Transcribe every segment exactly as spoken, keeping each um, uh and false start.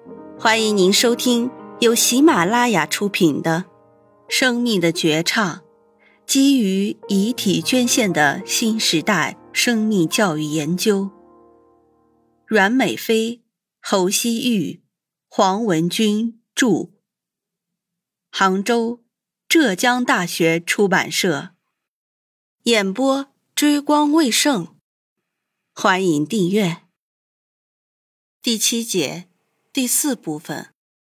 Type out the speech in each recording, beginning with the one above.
欢迎您收听由喜马拉雅出品的《生命的绝唱》，基于遗体捐献的新时代生命教育研究。阮美飞、侯希玉、黄文军著，杭州浙江大学出版社，演播追光未盛。欢迎订阅。第七节第四部分。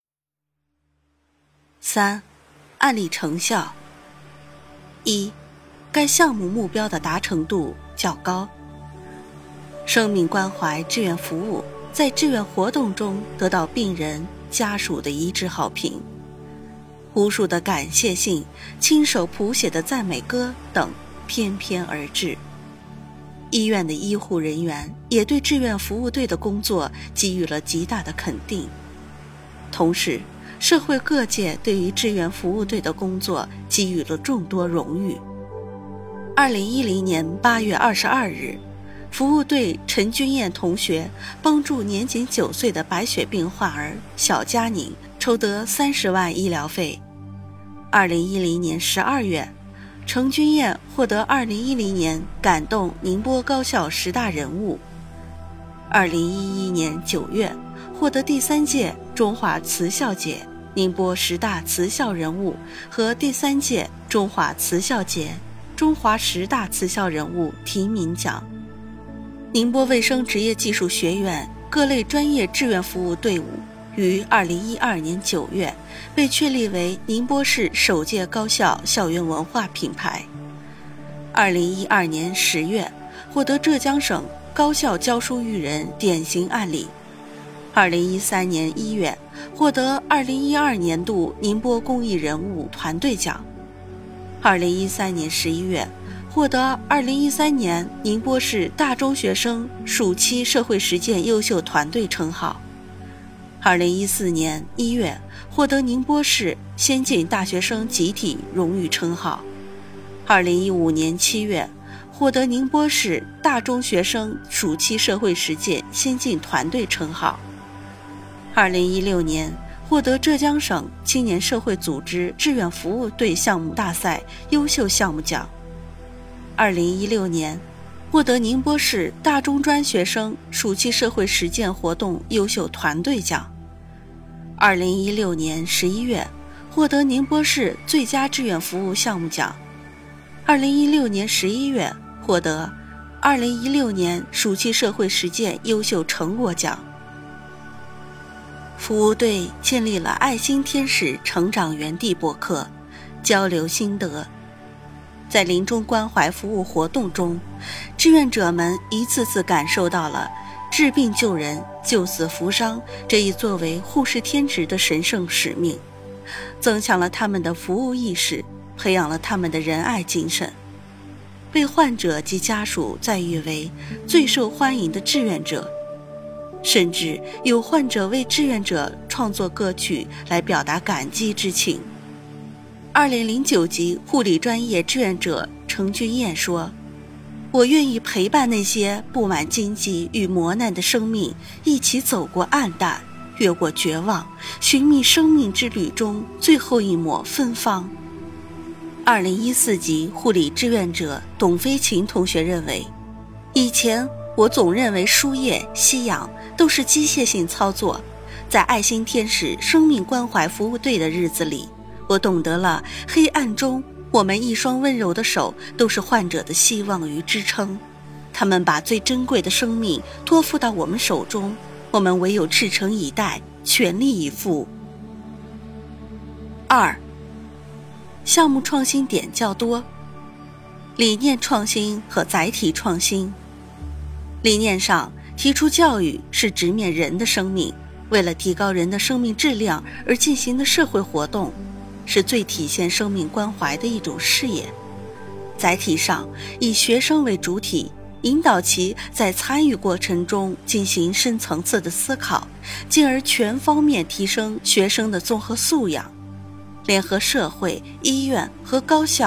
三、案例成效。一、该项目目标的达成度较高。生命关怀志愿服务在志愿活动中得到病人家属的一致好评，无数的感谢信、亲手谱写的赞美歌等翩翩而至。医院的医护人员也对志愿服务队的工作给予了极大的肯定，同时社会各界对于志愿服务队的工作给予了众多荣誉。二零一零年八月二十二日，服务队陈君燕同学帮助年仅九岁的白血病患儿小佳宁筹得三十万医疗费。二零一零年十二月，程君燕获得二零一零年感动宁波高校十大人物。二零一一年九月，获得第三届中华慈孝节宁波十大慈孝人物和第三届中华慈孝节中华十大慈孝人物提名奖。宁波卫生职业技术学院各类专业志愿服务队伍于二零一二年九月被确立为宁波市首届高校校园文化品牌。二零一二年十月，获得浙江省高校教书育人典型案例。二零一三年一月，获得二零一二年度宁波公益人物团队奖。二零一三年十一月，获得二零一三年宁波市大中学生暑期社会实践优秀团队称号。二零一四年一月，获得宁波市先进大学生集体荣誉称号。二零一五年七月，获得宁波市大中学生暑期社会实践先进团队称号。二零一六年，获得浙江省青年社会组织志愿服务队项目大赛优秀项目奖。二零一六年，获得宁波市大中专学生暑期社会实践活动优秀团队奖。二零一六年十一月，获得宁波市最佳志愿服务项目奖。二零一六年十一月，获得二零一六年暑期社会实践优秀成果奖。服务队建立了爱心天使成长园地博客，交流心得。在临终关怀服务活动中，志愿者们一次次感受到了治病救人、救死扶伤这一作为护士天职的神圣使命，增强了他们的服务意识，培养了他们的仁爱精神，被患者及家属赞誉为最受欢迎的志愿者，甚至有患者为志愿者创作歌曲来表达感激之情。二零零九级护理专业志愿者程君燕说，我愿意陪伴那些布满荆棘与磨难的生命，一起走过暗淡，越过绝望，寻觅生命之旅中最后一抹芬芳。二零一四级护理志愿者董飞琴同学认为，以前我总认为输液、吸氧都是机械性操作，在爱心天使生命关怀服务队的日子里，我懂得了黑暗中我们一双温柔的手都是患者的希望与支撑，他们把最珍贵的生命托付到我们手中，我们唯有赤诚以待，全力以赴。二、项目创新点较多。理念创新和载体创新。理念上提出教育是直面人的生命，为了提高人的生命质量而进行的社会活动，是最体现生命关怀的一种事业。载体上以学生为主体，引导其在参与过程中进行深层次的思考，进而全方面提升学生的综合素养。联合社会、医院和高校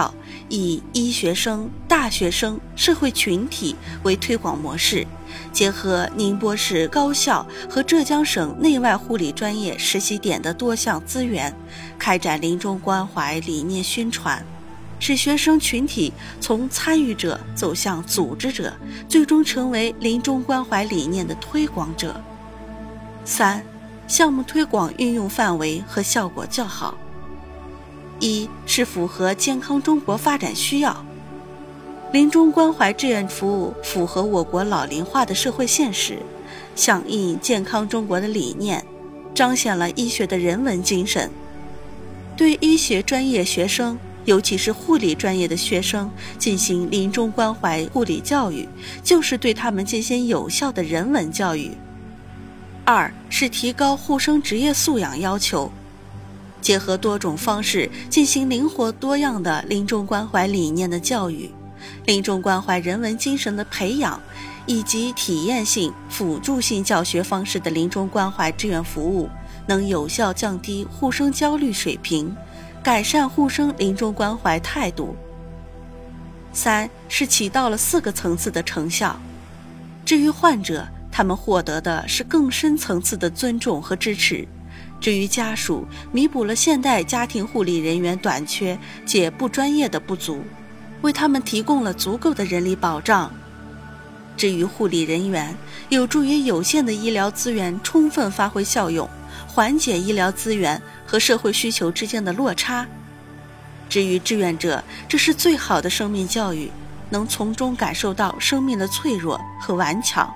以医学生、大学生、社会群体为推广模式，结合宁波市高校和浙江省内外护理专业实习点的多项资源，开展临终关怀理念宣传，使学生群体从参与者走向组织者，最终成为临终关怀理念的推广者。三、项目推广运用范围和效果较好。一是符合健康中国发展需要，临终关怀志愿服务符合我国老龄化的社会现实，响应健康中国的理念，彰显了医学的人文精神。对医学专业学生，尤其是护理专业的学生进行临终关怀护理教育，就是对他们进行有效的人文教育。二是提高护生职业素养要求，结合多种方式进行灵活多样的临终关怀理念的教育，临终关怀人文精神的培养，以及体验性、辅助性教学方式的临终关怀志愿服务，能有效降低护生焦虑水平，改善护生临终关怀态度。三是起到了四个层次的成效。至于患者，他们获得的是更深层次的尊重和支持；至于家属，弥补了现代家庭护理人员短缺且不专业的不足，为他们提供了足够的人力保障；至于护理人员，有助于有限的医疗资源充分发挥效用，缓解医疗资源和社会需求之间的落差；至于志愿者，这是最好的生命教育，能从中感受到生命的脆弱和顽强。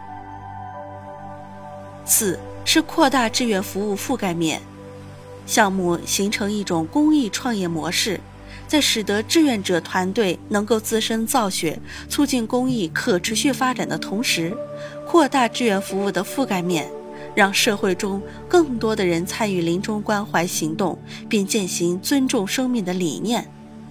四是扩大志愿服务覆盖面，项目形成一种公益创业模式，在使得志愿者团队能够自身造血，促进公益可持续发展的同时，扩大志愿服务的覆盖面，让社会中更多的人参与临终关怀行动，并践行尊重生命的理念。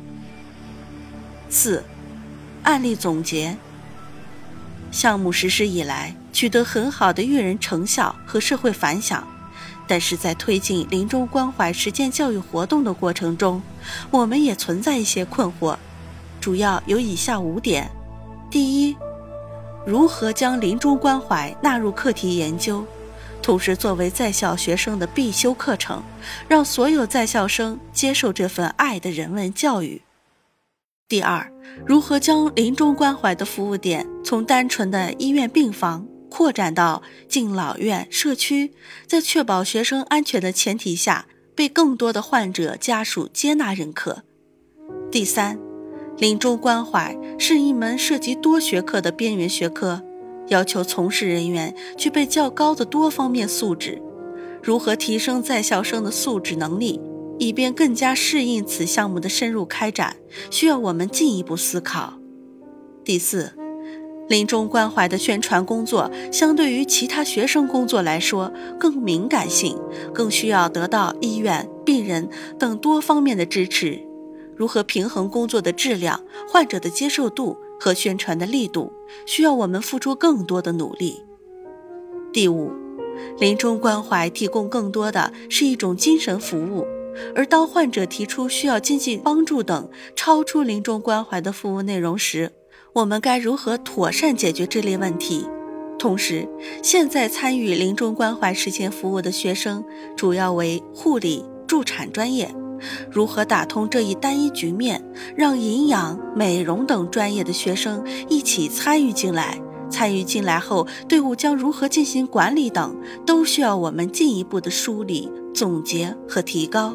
四、案例总结。项目实施以来，取得很好的育人成效和社会反响，但是在推进临终关怀实践教育活动的过程中，我们也存在一些困惑，主要有以下五点。第一，如何将临终关怀纳入课题研究，同时作为在校学生的必修课程，让所有在校生接受这份爱的人文教育。第二，如何将临终关怀的服务点从单纯的医院病房扩展到敬老院、社区，在确保学生安全的前提下，被更多的患者家属接纳认可。第三，临终关怀是一门涉及多学科的边缘学科，要求从事人员具备较高的多方面素质。如何提升在校生的素质能力，以便更加适应此项目的深入开展，需要我们进一步思考。第四，临终关怀的宣传工作相对于其他学生工作来说更敏感性，更需要得到医院、病人等多方面的支持。如何平衡工作的质量、患者的接受度和宣传的力度，需要我们付出更多的努力。第五，临终关怀提供更多的是一种精神服务，而当患者提出需要经济帮助等超出临终关怀的服务内容时，我们该如何妥善解决这类问题？同时，现在参与临终关怀实践服务的学生主要为护理、助产专业，如何打通这一单一局面，让营养、美容等专业的学生一起参与进来？参与进来后，队伍将如何进行管理等，都需要我们进一步的梳理、总结和提高。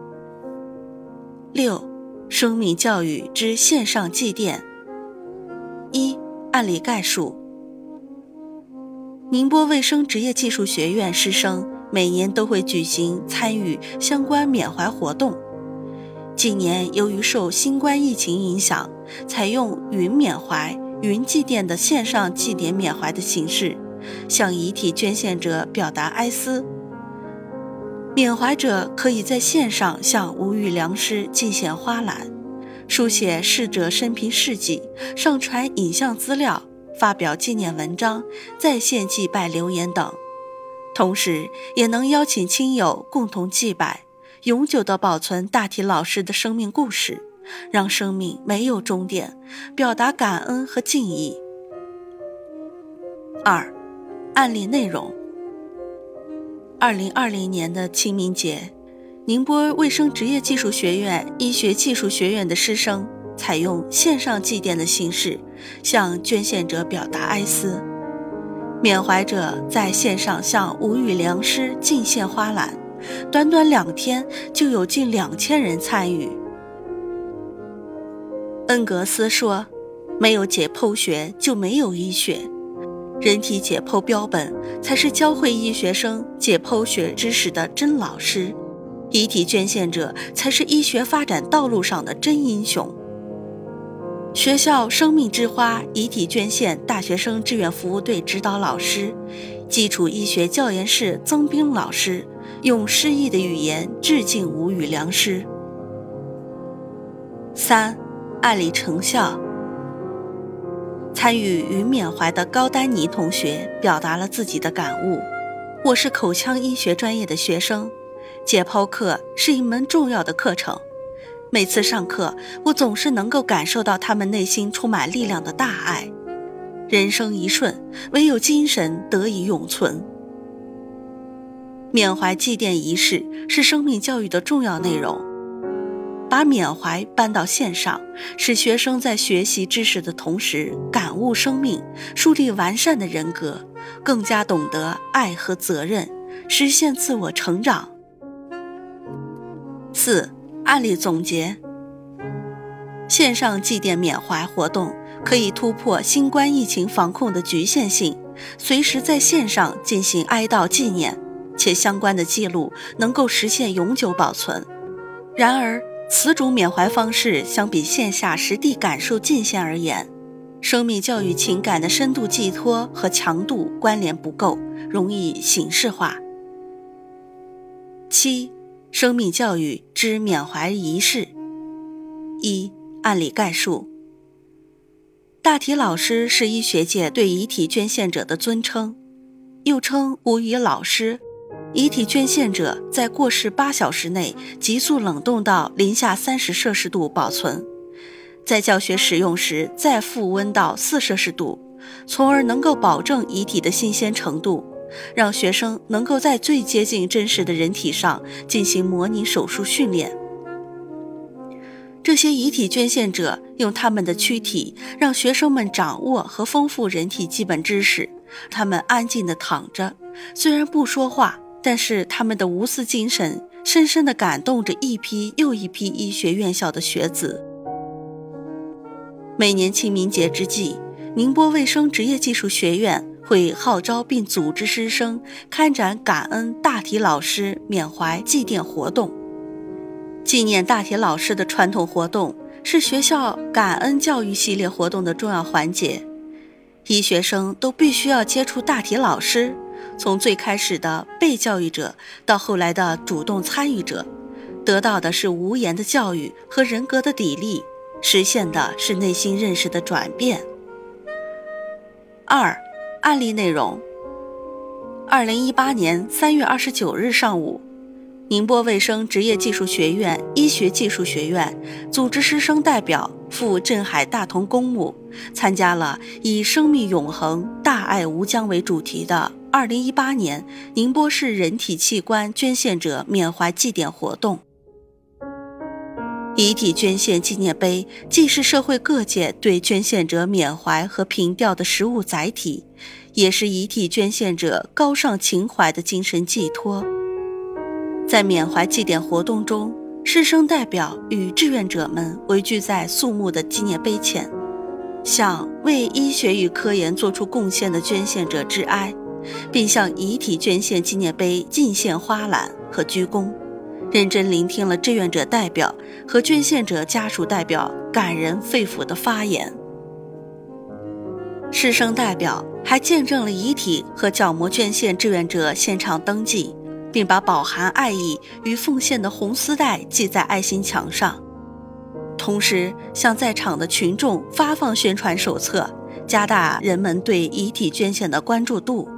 六、生命教育之线上祭奠。一、案例概述。宁波卫生职业技术学院师生每年都会举行参与相关缅怀活动。近年由于受新冠疫情影响，采用云缅怀、云祭奠的线上祭奠缅怀的形式，向遗体捐献者表达哀思。缅怀者可以在线上向无语良师进献花篮，书写逝者生平事迹，上传影像资料，发表纪念文章，在线祭拜留言等。同时也能邀请亲友共同祭拜，永久地保存大体老师的生命故事， 让生命没有终点，表达感恩和敬意。二、案例内容。二零二零年的清明节，宁波卫生职业技术学院医学技术学院的师生采用线上祭奠的形式，向捐献者表达哀思。缅怀者在线上向无语良师敬献花篮，短短两天就有近两千人参与。恩格斯说，没有解剖学就没有医学，人体解剖标本才是教会医学生解剖学知识的真老师，遗体捐献者才是医学发展道路上的真英雄。学校生命之花遗体捐献大学生志愿服务队指导老师、基础医学教研室曾兵老师用诗意的语言致敬无语良师。三、案例成效。参与与缅怀的高丹妮同学表达了自己的感悟。我是口腔医学专业的学生，解剖课是一门重要的课程。每次上课，我总是能够感受到他们内心充满力量的大爱。人生一瞬，唯有精神得以永存。缅怀祭奠仪式是生命教育的重要内容。把缅怀搬到线上，使学生在学习知识的同时感悟生命，树立完善的人格，更加懂得爱和责任，实现自我成长。四、案例总结。线上祭奠缅怀活动可以突破新冠疫情防控的局限性，随时在线上进行哀悼纪念，且相关的记录能够实现永久保存。然而，此种缅怀方式相比线下实地感受进献而言，生命教育情感的深度寄托和强度关联不够，容易形式化。七、生命教育之缅怀仪式。一、案例概述。大体老师是医学界对遗体捐献者的尊称，又称无语老师。遗体捐献者在过世八小时内急速冷冻到零下三十摄氏度保存，在教学使用时再复温到四摄氏度，从而能够保证遗体的新鲜程度，让学生能够在最接近真实的人体上进行模拟手术训练。这些遗体捐献者用他们的躯体让学生们掌握和丰富人体基本知识，他们安静地躺着，虽然不说话，但是他们的无私精神深深地感动着一批又一批医学院校的学子。每年清明节之际，宁波卫生职业技术学院会号召并组织师生开展感恩大体老师缅怀祭奠活动。纪念大体老师的传统活动是学校感恩教育系列活动的重要环节。医学生都必须要接触大体老师，从最开始的被教育者到后来的主动参与者，得到的是无言的教育和人格的砥砺，实现的是内心认识的转变。二、案例内容。二零一八年三月二十九日上午，宁波卫生职业技术学院医学技术学院组织师生代表赴镇海大同公墓，参加了以生命永恒、大爱无疆为主题的二零一八年宁波市人体器官捐献者缅怀祭奠活动。遗体捐献纪念碑既是社会各界对捐献者缅怀和凭吊的实物载体，也是遗体捐献者高尚情怀的精神寄托。在缅怀祭奠活动中，师生代表与志愿者们围聚在肃穆的纪念碑前，向为医学与科研做出贡献的捐献者致哀，并向遗体捐献纪念碑敬献花篮和鞠躬，认真聆听了志愿者代表和捐献者家属代表感人肺腑的发言。师生代表还见证了遗体和角膜捐献志愿者现场登记，并把饱含爱意与奉献的红丝带系在爱心墙上，同时向在场的群众发放宣传手册，加大人们对遗体捐献的关注度。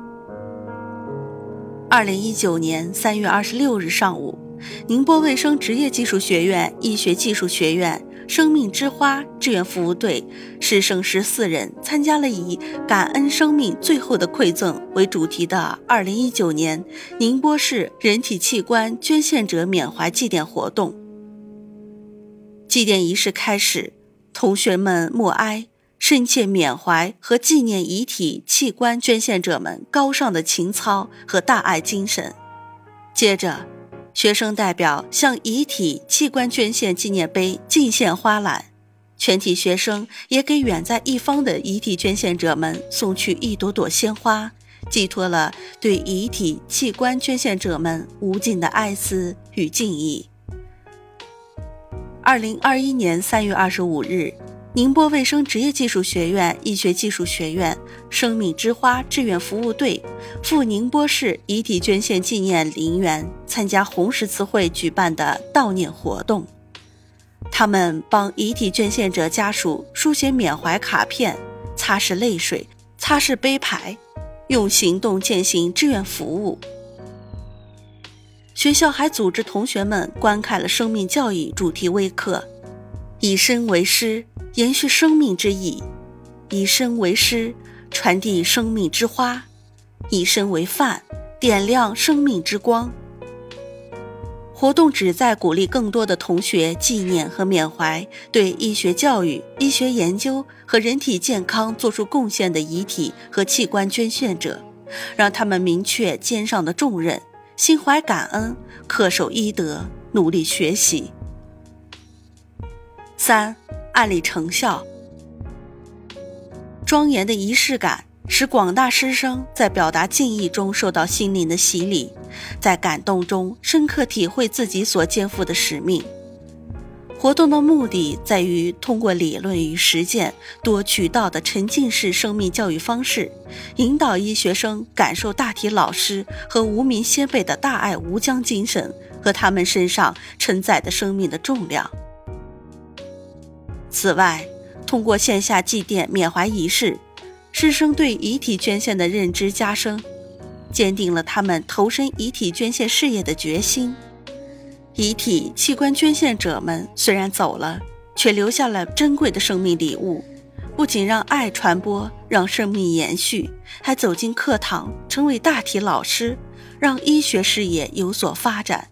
二零一九年三月二十六日上午，宁波卫生职业技术学院医学技术学院生命之花志愿服务队师生十四人参加了以感恩生命最后的馈赠为主题的二零一九年宁波市人体器官捐献者缅怀祭奠活动。祭奠仪式开始，同学们默哀，深切缅怀和纪念遗体器官捐献者们高尚的情操和大爱精神。接着，学生代表向遗体器官捐献纪念碑敬献花篮，全体学生也给远在一方的遗体捐献者们送去一朵朵鲜花，寄托了对遗体器官捐献者们无尽的哀思与敬意。二零二一年三月二十五日，宁波卫生职业技术学院医学技术学院生命之花志愿服务队赴宁波市遗体捐献纪念陵园参加红十字会举办的悼念活动。他们帮遗体捐献者家属书写缅怀卡片，擦拭泪水，擦拭碑牌，用行动践行志愿服务。学校还组织同学们观看了生命教育主题微课，以身为师，延续生命之意；以身为师，传递生命之花；以身为范，点亮生命之光。活动旨在鼓励更多的同学纪念和缅怀对医学教育、医学研究和人体健康做出贡献的遗体和器官捐献者，让他们明确肩上的重任，心怀感恩，恪守医德，努力学习。三、案例成效。庄严的仪式感使广大师生在表达敬意中受到心灵的洗礼，在感动中深刻体会自己所肩负的使命。活动的目的在于通过理论与实践多渠道的沉浸式生命教育方式，引导医学生感受大体老师和无名先辈的大爱无疆精神和他们身上承载的生命的重量。此外，通过线下祭奠缅怀仪式，师生对遗体捐献的认知加深，坚定了他们投身遗体捐献事业的决心。遗体器官捐献者们虽然走了，却留下了珍贵的生命礼物，不仅让爱传播，让生命延续，还走进课堂，成为大体老师，让医学事业有所发展。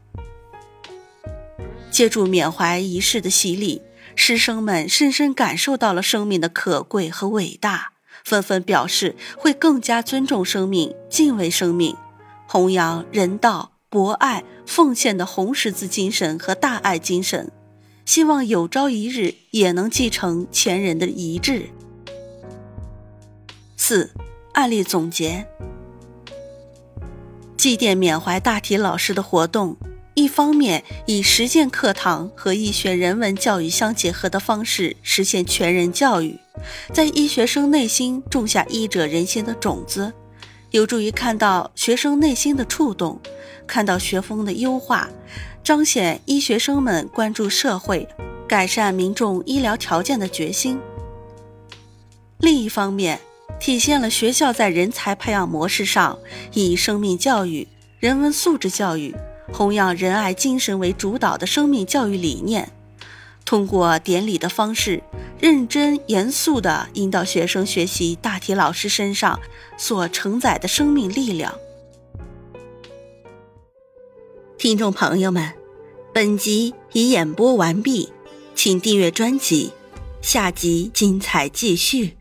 借助缅怀仪式的洗礼，师生们深深感受到了生命的可贵和伟大，纷纷表示会更加尊重生命，敬畏生命，弘扬人道、博爱、奉献的红十字精神和大爱精神，希望有朝一日也能继承前人的遗志。四、案例总结。祭奠缅怀大体老师的活动，一方面以实践课堂和医学人文教育相结合的方式实现全人教育，在医学生内心种下医者仁心的种子，有助于看到学生内心的触动，看到学风的优化，彰显医学生们关注社会、改善民众医疗条件的决心。另一方面，体现了学校在人才培养模式上以生命教育、人文素质教育、弘扬仁爱精神为主导的生命教育理念，通过典礼的方式，认真严肃地引导学生学习大体老师身上所承载的生命力量。听众朋友们，本集已演播完毕，请订阅专辑，下集精彩继续。